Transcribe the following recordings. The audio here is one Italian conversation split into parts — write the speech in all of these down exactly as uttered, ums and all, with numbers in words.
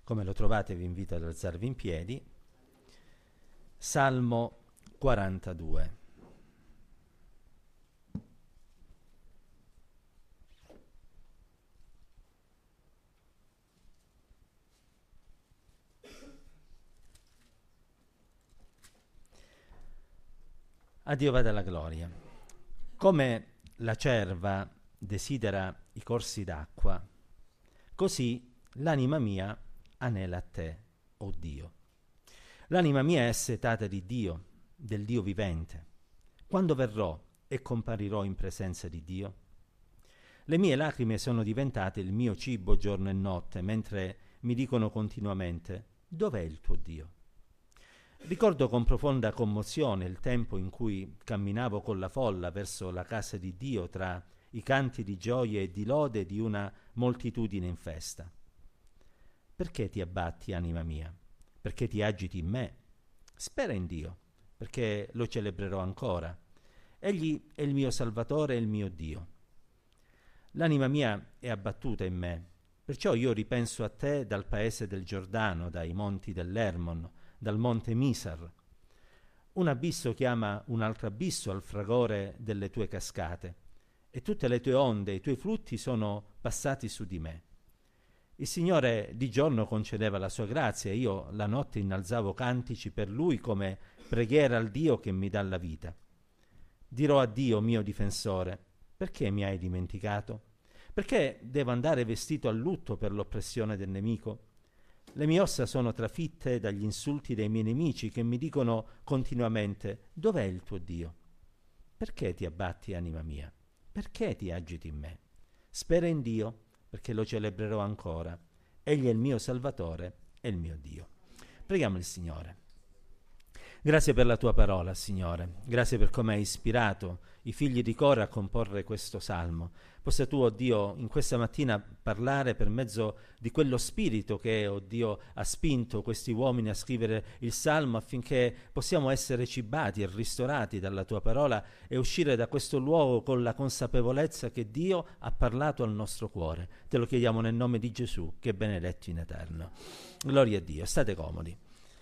Come lo trovate vi invito ad alzarvi in piedi. Salmo quarantadue. A Dio vada la gloria. Come la cerva desidera i corsi d'acqua, così l'anima mia anela a te, o Dio. L'anima mia è assetata di Dio, del Dio vivente. Quando verrò e comparirò in presenza di Dio? Le mie lacrime sono diventate il mio cibo giorno e notte, mentre mi dicono continuamente: dov'è il tuo Dio? Ricordo con profonda commozione il tempo in cui camminavo con la folla verso la casa di Dio tra i canti di gioia e di lode di una moltitudine in festa. Perché ti abbatti, anima mia? Perché ti agiti in me? Spera in Dio, perché lo celebrerò ancora. Egli è il mio Salvatore e il mio Dio. L'anima mia è abbattuta in me, perciò io ripenso a te dal paese del Giordano, dai monti dell'Hermon, dal monte Misar. Un abisso chiama un altro abisso al fragore delle tue cascate, e tutte le tue onde e i tuoi flutti sono passati su di me. Il Signore di giorno concedeva la sua grazia e io la notte innalzavo cantici per Lui come preghiera al Dio che mi dà la vita. Dirò a Dio, mio difensore: perché mi hai dimenticato? Perché devo andare vestito a lutto per l'oppressione del nemico? Le mie ossa sono trafitte dagli insulti dei miei nemici che mi dicono continuamente: dov'è il tuo Dio? Perché ti abbatti, anima mia? Perché ti agiti in me? Spera in Dio, perché lo celebrerò ancora. Egli è il mio Salvatore e il mio Dio. Preghiamo il Signore. Grazie per la tua parola, Signore. Grazie per come hai ispirato i figli di Cora a comporre questo salmo. Possa tu, oh Dio, in questa mattina parlare per mezzo di quello spirito che, oh Dio, ha spinto questi uomini a scrivere il salmo, affinché possiamo essere cibati e ristorati dalla tua parola e uscire da questo luogo con la consapevolezza che Dio ha parlato al nostro cuore. Te lo chiediamo nel nome di Gesù, che è benedetto in eterno. Gloria a Dio. State comodi.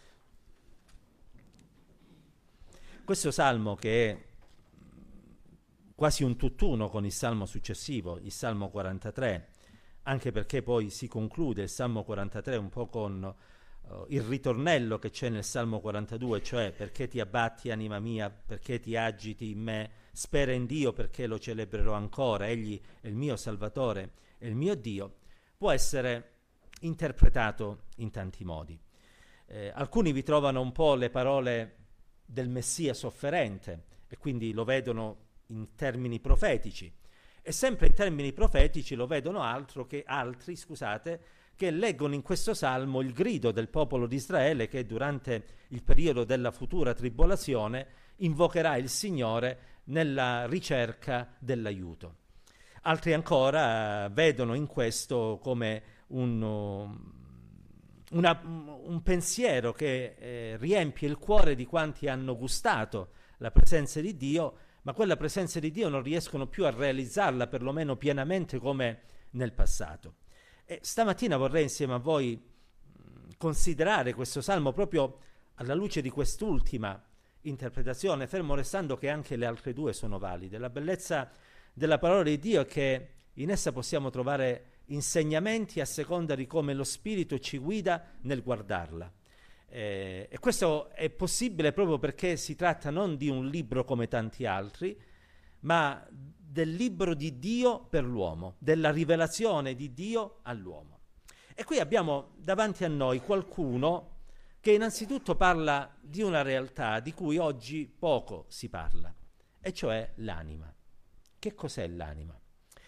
Questo salmo, che è quasi un tutt'uno con il salmo successivo, il salmo quarantatré, anche perché poi si conclude il salmo quarantatré un po' con uh, il ritornello che c'è nel salmo quarantadue, cioè: perché ti abbatti, anima mia, perché ti agiti in me, spera in Dio, perché lo celebrerò ancora, egli è il mio Salvatore e il mio Dio, può essere interpretato in tanti modi. Eh, alcuni vi trovano un po' le parole del Messia sofferente e quindi lo vedono in termini profetici, e sempre in termini profetici lo vedono altro che altri, scusate, che leggono in questo salmo il grido del popolo di Israele che durante il periodo della futura tribolazione invocherà il Signore nella ricerca dell'aiuto. Altri ancora vedono in questo come un Una, un pensiero che eh, riempie il cuore di quanti hanno gustato la presenza di Dio, ma quella presenza di Dio non riescono più a realizzarla, perlomeno pienamente, come nel passato. E stamattina vorrei insieme a voi mh, considerare questo salmo proprio alla luce di quest'ultima interpretazione, fermo restando che anche le altre due sono valide. La bellezza della parola di Dio è che in essa possiamo trovare insegnamenti a seconda di come lo Spirito ci guida nel guardarla. Eh, e questo è possibile proprio perché si tratta non di un libro come tanti altri, ma del libro di Dio per l'uomo, della rivelazione di Dio all'uomo. E qui abbiamo davanti a noi qualcuno che innanzitutto parla di una realtà di cui oggi poco si parla, e cioè l'anima. Che cos'è l'anima?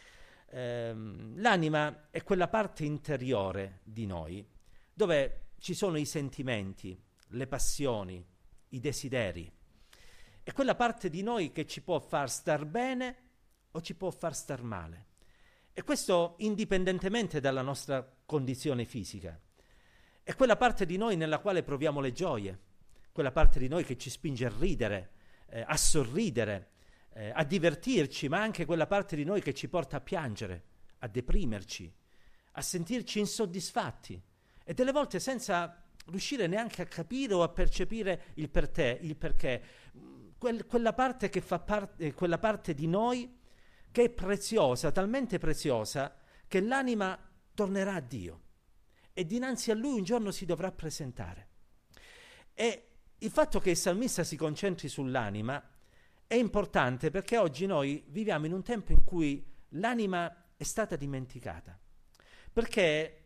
L'anima è quella parte interiore di noi dove ci sono i sentimenti, le passioni, i desideri. È quella parte di noi che ci può far star bene o ci può far star male. E questo indipendentemente dalla nostra condizione fisica. È quella parte di noi nella quale proviamo le gioie, quella parte di noi che ci spinge a ridere, eh, a sorridere, eh, a divertirci, ma anche quella parte di noi che ci porta a piangere, a deprimerci, a sentirci insoddisfatti. e delle volte senza riuscire neanche a capire o a percepire il per te, il perché, Quel, quella parte che fa parte, quella parte di noi che è preziosa, talmente preziosa che l'anima tornerà a Dio e dinanzi a Lui un giorno si dovrà presentare. E il fatto che il salmista si concentri sull'anima è importante perché oggi noi viviamo in un tempo in cui l'anima è stata dimenticata, perché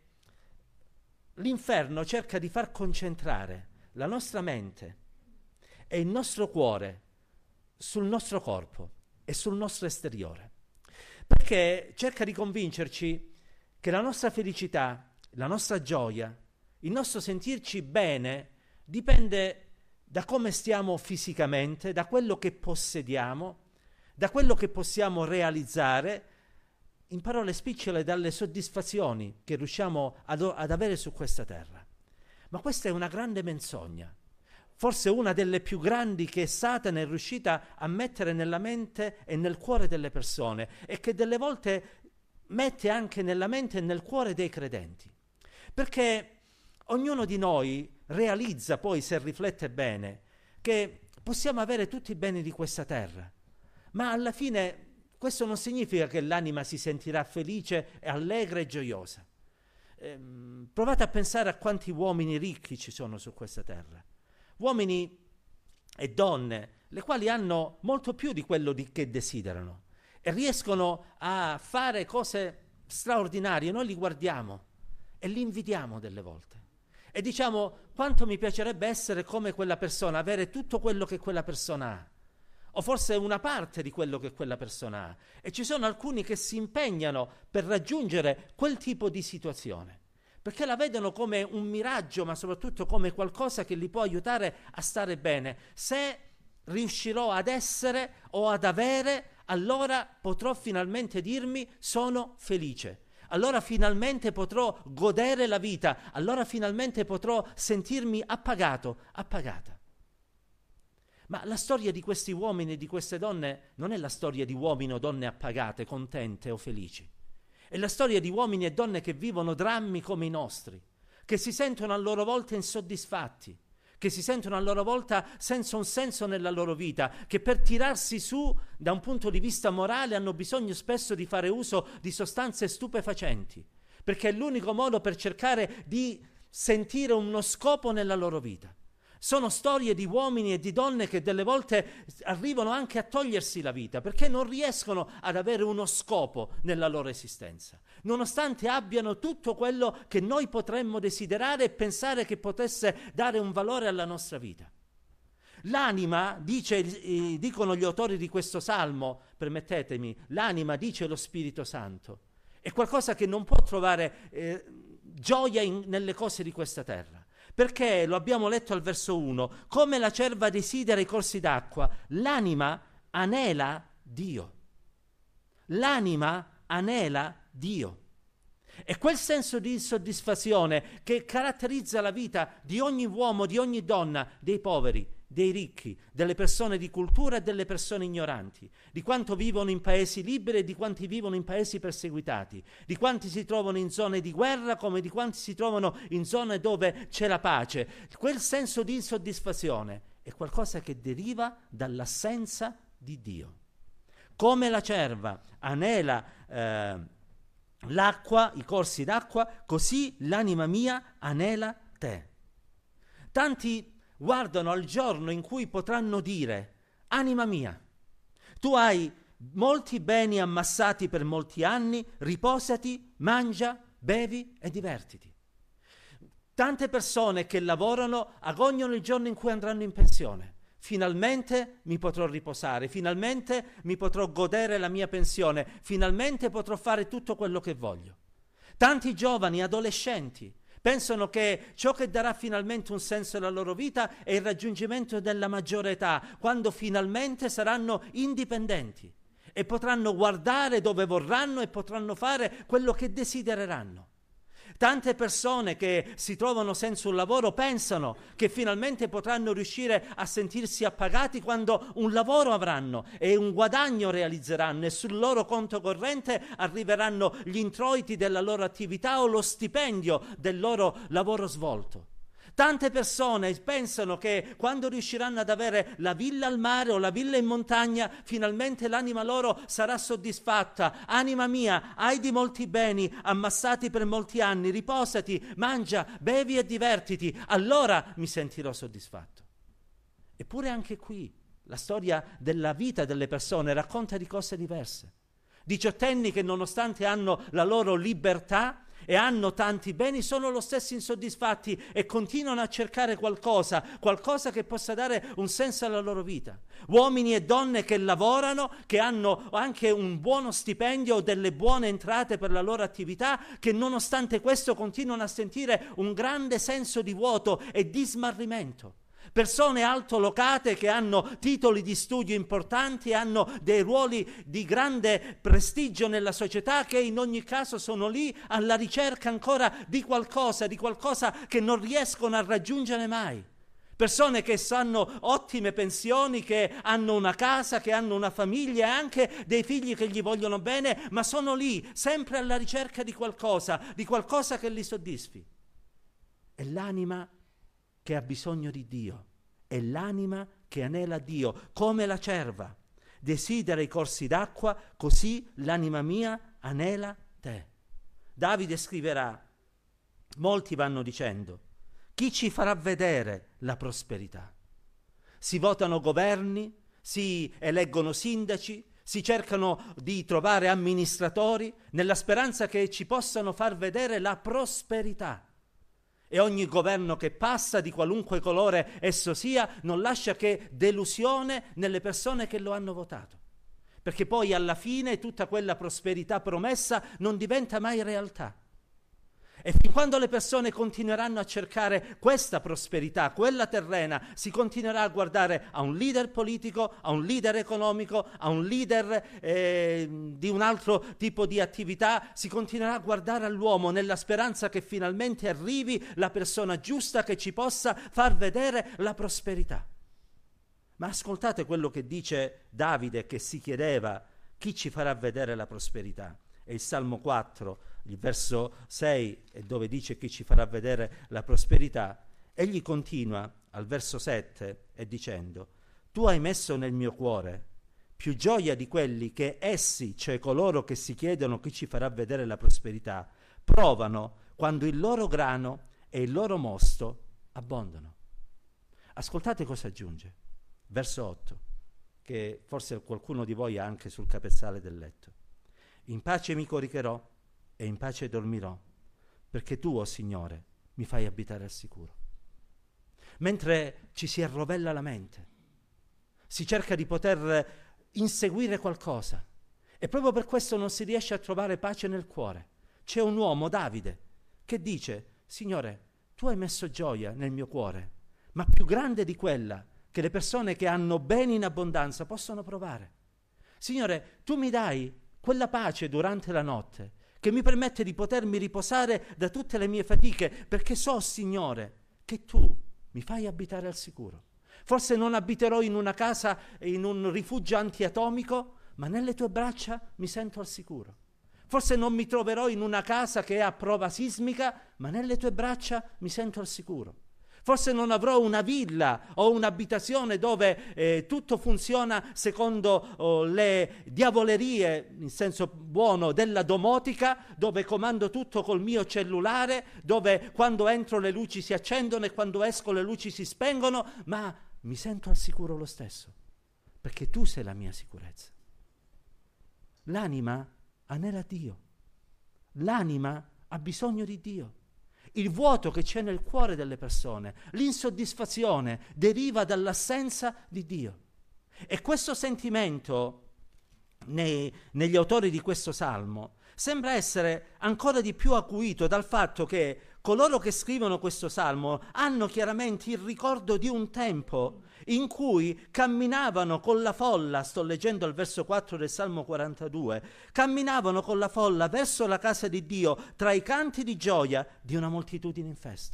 l'inferno cerca di far concentrare la nostra mente e il nostro cuore sul nostro corpo e sul nostro esteriore, perché cerca di convincerci che la nostra felicità, la nostra gioia, il nostro sentirci bene dipende da come stiamo fisicamente, da quello che possediamo, da quello che possiamo realizzare, in parole spicciole dalle soddisfazioni che riusciamo ad, ad avere su questa terra. Ma questa è una grande menzogna, forse una delle più grandi che Satana è riuscita a mettere nella mente e nel cuore delle persone e che delle volte mette anche nella mente e nel cuore dei credenti. Perché ognuno di noi realizza poi, se riflette bene, che possiamo avere tutti i beni di questa terra, ma alla fine questo non significa che l'anima si sentirà felice e allegra e gioiosa. Ehm, provate a pensare a quanti uomini ricchi ci sono su questa terra. Uomini e donne, le quali hanno molto più di quello di che desiderano e riescono a fare cose straordinarie. Noi li guardiamo e li invidiamo delle volte e diciamo quanto mi piacerebbe essere come quella persona, avere tutto quello che quella persona ha, o forse una parte di quello che quella persona ha. E ci sono alcuni che si impegnano per raggiungere quel tipo di situazione, perché la vedono come un miraggio, ma soprattutto come qualcosa che li può aiutare a stare bene. Se riuscirò ad essere o ad avere, allora potrò finalmente dirmi sono felice. Allora finalmente potrò godere la vita, allora finalmente potrò sentirmi appagato, appagata. Ma la storia di questi uomini e di queste donne non è la storia di uomini o donne appagate, contente o felici. È la storia di uomini e donne che vivono drammi come i nostri, che si sentono a loro volta insoddisfatti, che si sentono a loro volta senza un senso nella loro vita, che per tirarsi su da un punto di vista morale hanno bisogno spesso di fare uso di sostanze stupefacenti, perché è l'unico modo per cercare di sentire uno scopo nella loro vita. Sono storie di uomini e di donne che delle volte arrivano anche a togliersi la vita perché non riescono ad avere uno scopo nella loro esistenza, nonostante abbiano tutto quello che noi potremmo desiderare e pensare che potesse dare un valore alla nostra vita. L'anima, dice, eh, dicono gli autori di questo salmo, permettetemi, l'anima, dice lo Spirito Santo, è qualcosa che non può trovare eh, gioia in, nelle cose di questa terra. Perché, lo abbiamo letto al verso uno, come la cerva desidera i corsi d'acqua, l'anima anela Dio. L'anima anela Dio. E quel senso di insoddisfazione che caratterizza la vita di ogni uomo, di ogni donna, dei poveri, dei ricchi, delle persone di cultura e delle persone ignoranti, di quanto vivono in paesi liberi e di quanti vivono in paesi perseguitati, di quanti si trovano in zone di guerra come di quanti si trovano in zone dove c'è la pace. Quel senso di insoddisfazione è qualcosa che deriva dall'assenza di Dio. Come la cerva anela eh, l'acqua, i corsi d'acqua, così l'anima mia anela te. Tanti guardano al giorno in cui potranno dire: anima mia, tu hai molti beni ammassati per molti anni, riposati, mangia, bevi e divertiti. Tante persone che lavorano agognano il giorno in cui andranno in pensione. Finalmente mi potrò riposare, finalmente mi potrò godere la mia pensione, finalmente potrò fare tutto quello che voglio. Tanti giovani, adolescenti, pensano che ciò che darà finalmente un senso alla loro vita è il raggiungimento della maggiore età, quando finalmente saranno indipendenti e potranno guardare dove vorranno e potranno fare quello che desidereranno. Tante persone che si trovano senza un lavoro pensano che finalmente potranno riuscire a sentirsi appagati quando un lavoro avranno e un guadagno realizzeranno e sul loro conto corrente arriveranno gli introiti della loro attività o lo stipendio del loro lavoro svolto. Tante persone pensano che quando riusciranno ad avere la villa al mare o la villa in montagna, finalmente l'anima loro sarà soddisfatta. Anima mia, hai di molti beni ammassati per molti anni, riposati, mangia, bevi e divertiti, allora mi sentirò soddisfatto. Eppure anche qui la storia della vita delle persone racconta di cose diverse. Diciottenni che nonostante hanno la loro libertà e hanno tanti beni, sono lo stesso insoddisfatti e continuano a cercare qualcosa, qualcosa che possa dare un senso alla loro vita. Uomini e donne che lavorano, che hanno anche un buono stipendio o delle buone entrate per la loro attività, che nonostante questo continuano a sentire un grande senso di vuoto e di smarrimento. Persone altolocate che hanno titoli di studio importanti, hanno dei ruoli di grande prestigio nella società, che in ogni caso sono lì alla ricerca ancora di qualcosa, di qualcosa che non riescono a raggiungere mai. Persone che hanno ottime pensioni, che hanno una casa, che hanno una famiglia e anche dei figli che gli vogliono bene, ma sono lì sempre alla ricerca di qualcosa, di qualcosa che li soddisfi. È l'anima che ha bisogno di Dio, è l'anima che anela Dio, come la cerva desidera i corsi d'acqua, così l'anima mia anela te. Davide scriverà, molti vanno dicendo, chi ci farà vedere la prosperità? Si votano governi, si eleggono sindaci, si cercano di trovare amministratori nella speranza che ci possano far vedere la prosperità. E ogni governo che passa, di qualunque colore esso sia, non lascia che delusione nelle persone che lo hanno votato. Perché poi alla fine tutta quella prosperità promessa non diventa mai realtà. E fin quando le persone continueranno a cercare questa prosperità, quella terrena, si continuerà a guardare a un leader politico, a un leader economico, a un leader eh, di un altro tipo di attività, si continuerà a guardare all'uomo nella speranza che finalmente arrivi la persona giusta che ci possa far vedere la prosperità. Ma ascoltate quello che dice Davide, che si chiedeva chi ci farà vedere la prosperità. È il Salmo quattro, il verso sei, dove dice chi ci farà vedere la prosperità. Egli continua al verso sette e dicendo, tu hai messo nel mio cuore più gioia di quelli che essi, cioè coloro che si chiedono chi ci farà vedere la prosperità, provano quando il loro grano e il loro mosto abbondano. Ascoltate cosa aggiunge. Verso otto, che forse qualcuno di voi ha anche sul capezzale del letto. In pace mi coricherò e in pace dormirò, perché tu, o Signore, mi fai abitare al sicuro. Mentre ci si arrovella la mente, si cerca di poter inseguire qualcosa, e proprio per questo non si riesce a trovare pace nel cuore. C'è un uomo, Davide, che dice, Signore, tu hai messo gioia nel mio cuore, ma più grande di quella che le persone che hanno beni in abbondanza possono provare. Signore, tu mi dai quella pace durante la notte che mi permette di potermi riposare da tutte le mie fatiche, perché so, Signore, che tu mi fai abitare al sicuro. Forse non abiterò in una casa, in un rifugio antiatomico, ma nelle tue braccia mi sento al sicuro. Forse non mi troverò in una casa che è a prova sismica, ma nelle tue braccia mi sento al sicuro. Forse non avrò una villa o un'abitazione dove eh, tutto funziona secondo oh, le diavolerie, in senso buono, della domotica, dove comando tutto col mio cellulare, dove quando entro le luci si accendono e quando esco le luci si spengono, ma mi sento al sicuro lo stesso, perché tu sei la mia sicurezza. L'anima anela Dio, l'anima ha bisogno di Dio. Il vuoto che c'è nel cuore delle persone, l'insoddisfazione, deriva dall'assenza di Dio. E questo sentimento, nei, negli autori di questo salmo, sembra essere ancora di più acuito dal fatto che coloro che scrivono questo salmo hanno chiaramente il ricordo di un tempo in cui camminavano con la folla, sto leggendo il verso quattro del Salmo quarantadue, camminavano con la folla verso la casa di Dio tra i canti di gioia di una moltitudine in festa.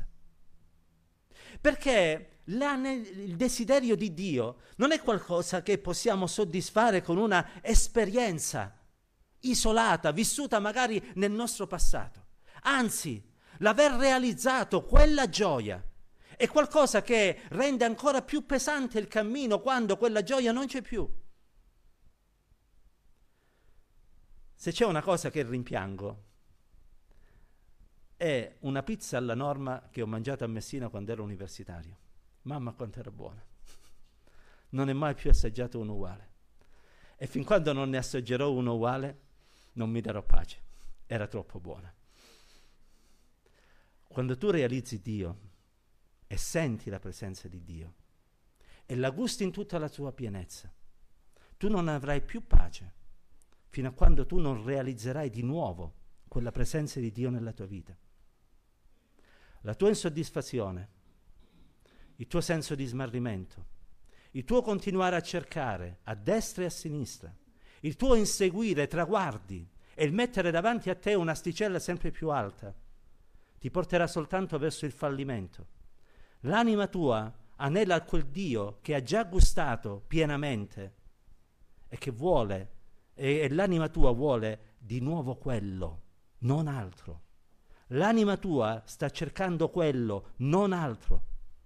Perché la, il desiderio di Dio non è qualcosa che possiamo soddisfare con una esperienza isolata, vissuta magari nel nostro passato. Anzi, l'aver realizzato quella gioia è qualcosa che rende ancora più pesante il cammino quando quella gioia non c'è più. Se c'è una cosa che rimpiango è una pizza alla norma che ho mangiato a Messina quando ero universitario. Mamma quanto era buona. Non è mai più assaggiato uno uguale. E fin quando non ne assaggerò uno uguale, non mi darò pace. Era troppo buona. Quando tu realizzi Dio e senti la presenza di Dio e la gusti in tutta la sua pienezza, tu non avrai più pace fino a quando tu non realizzerai di nuovo quella presenza di Dio nella tua vita. La tua insoddisfazione, il tuo senso di smarrimento, il tuo continuare a cercare a destra e a sinistra, il tuo inseguire traguardi e il mettere davanti a te un'asticella sempre più alta, ti porterà soltanto verso il fallimento. L'anima tua anela a quel Dio che ha già gustato pienamente e che vuole, e, e l'anima tua vuole di nuovo quello, non altro. L'anima tua sta cercando quello, non altro.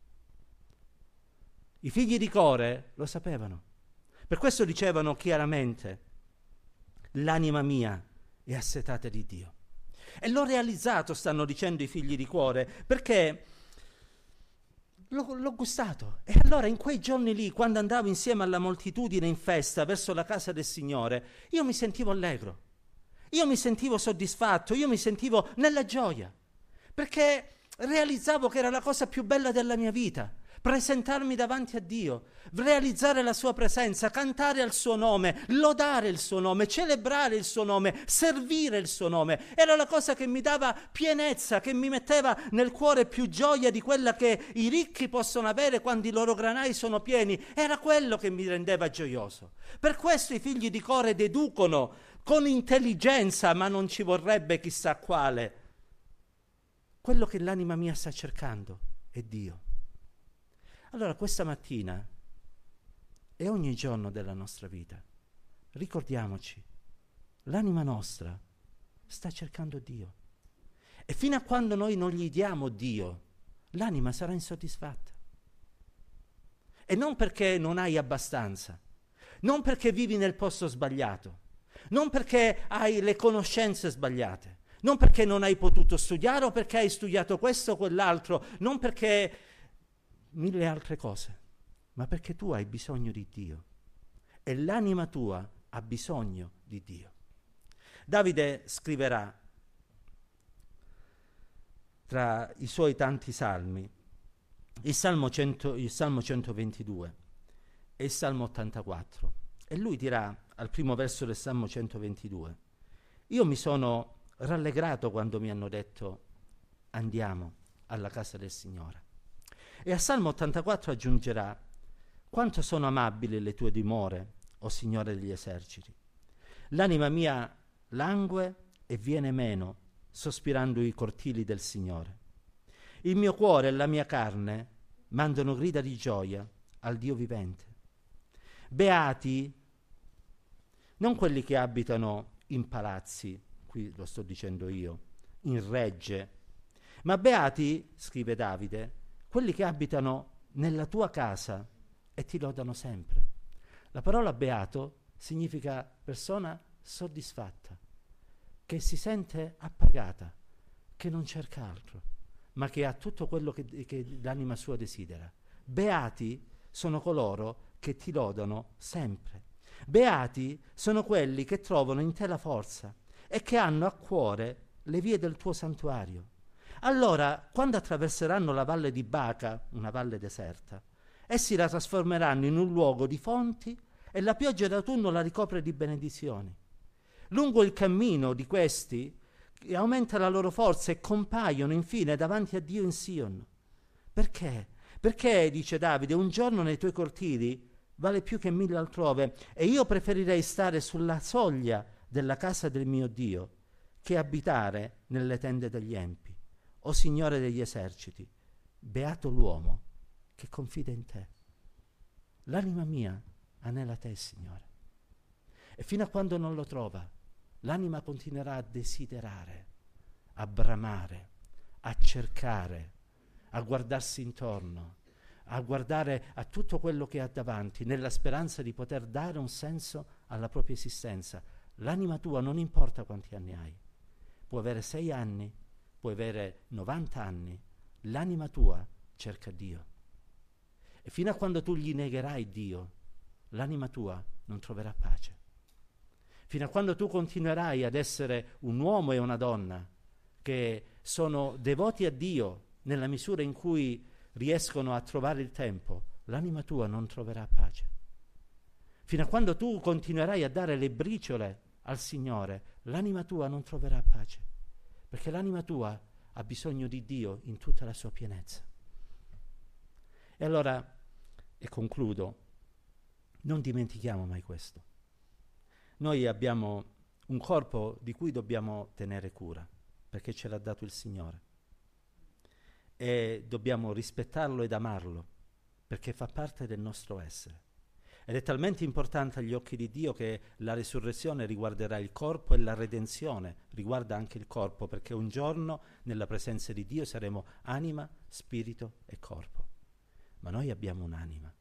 I figli di Core lo sapevano. Per questo dicevano chiaramente: l'anima mia è assetata di Dio. E l'ho realizzato, stanno dicendo i figli di Core, perché l'ho, l'ho gustato. E allora in quei giorni lì, quando andavo insieme alla moltitudine in festa verso la casa del Signore, io mi sentivo allegro. Io mi sentivo soddisfatto, io mi sentivo nella gioia, perché realizzavo che era la cosa più bella della mia vita, presentarmi davanti a Dio, realizzare la sua presenza, cantare al suo nome, lodare il suo nome, celebrare il suo nome, servire il suo nome. Era la cosa che mi dava pienezza, che mi metteva nel cuore più gioia di quella che i ricchi possono avere quando i loro granai sono pieni. Era quello che mi rendeva gioioso. Per questo i figli di Core deducono con intelligenza, ma non ci vorrebbe chissà quale, quello che l'anima mia sta cercando è Dio. Allora questa mattina e ogni giorno della nostra vita ricordiamoci, l'anima nostra sta cercando Dio, e fino a quando noi non gli diamo Dio, l'anima sarà insoddisfatta. E non perché non hai abbastanza, non perché vivi nel posto sbagliato, non perché hai le conoscenze sbagliate, non perché non hai potuto studiare o perché hai studiato questo o quell'altro, non perché mille altre cose, ma perché tu hai bisogno di Dio e l'anima tua ha bisogno di Dio. Davide scriverà tra i suoi tanti salmi il Salmo, cento, il Salmo centoventidue e il Salmo ottantaquattro, e lui dirà al primo verso del Salmo centoventidue: io mi sono rallegrato quando mi hanno detto andiamo alla casa del Signore. E al Salmo ottantaquattro aggiungerà: quanto sono amabili le tue dimore, o Signore degli eserciti. L'anima mia langue e viene meno, sospirando i cortili del Signore. Il mio cuore e la mia carne mandano grida di gioia al Dio vivente. Beati non quelli che abitano in palazzi, qui lo sto dicendo io, in regge, ma beati, scrive Davide, quelli che abitano nella tua casa e ti lodano sempre. La parola beato significa persona soddisfatta, che si sente appagata, che non cerca altro, ma che ha tutto quello che, che l'anima sua desidera. Beati sono coloro che ti lodano sempre. Beati sono quelli che trovano in te la forza e che hanno a cuore le vie del tuo santuario. Allora, quando attraverseranno la valle di Baca, una valle deserta, essi la trasformeranno in un luogo di fonti e la pioggia d'autunno la ricopre di benedizioni. Lungo il cammino di questi e aumenta la loro forza e compaiono infine davanti a Dio in Sion. Perché? Perché, dice Davide, un giorno nei tuoi cortili vale più che mille altrove, e io preferirei stare sulla soglia della casa del mio Dio che abitare nelle tende degli empi. O Signore degli eserciti, beato l'uomo che confida in te. L'anima mia anela te, Signore. E fino a quando non lo trova, l'anima continuerà a desiderare, a bramare, a cercare, a guardarsi intorno, a guardare a tutto quello che ha davanti, nella speranza di poter dare un senso alla propria esistenza. L'anima tua non importa quanti anni hai, puoi avere sei anni, puoi avere novanta anni, l'anima tua cerca Dio. E fino a quando tu gli negherai Dio, l'anima tua non troverà pace. Fino a quando tu continuerai ad essere un uomo e una donna che sono devoti a Dio nella misura in cui riescono a trovare il tempo, l'anima tua non troverà pace. Fino a quando tu continuerai a dare le briciole al Signore, l'anima tua non troverà pace, perché l'anima tua ha bisogno di Dio in tutta la sua pienezza. E allora, e concludo, non dimentichiamo mai questo. Noi abbiamo un corpo di cui dobbiamo tenere cura, perché ce l'ha dato il Signore. E dobbiamo rispettarlo ed amarlo, perché fa parte del nostro essere. Ed è talmente importante agli occhi di Dio che la risurrezione riguarderà il corpo e la redenzione riguarda anche il corpo, perché un giorno nella presenza di Dio saremo anima, spirito e corpo. Ma noi abbiamo un'anima.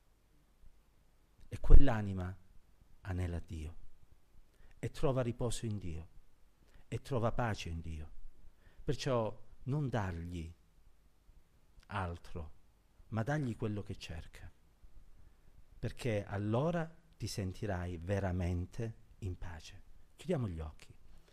E quell'anima anela Dio e trova riposo in Dio e trova pace in Dio. Perciò non dargli altro, ma dagli quello che cerca, perché allora ti sentirai veramente in pace. Chiudiamo gli occhi.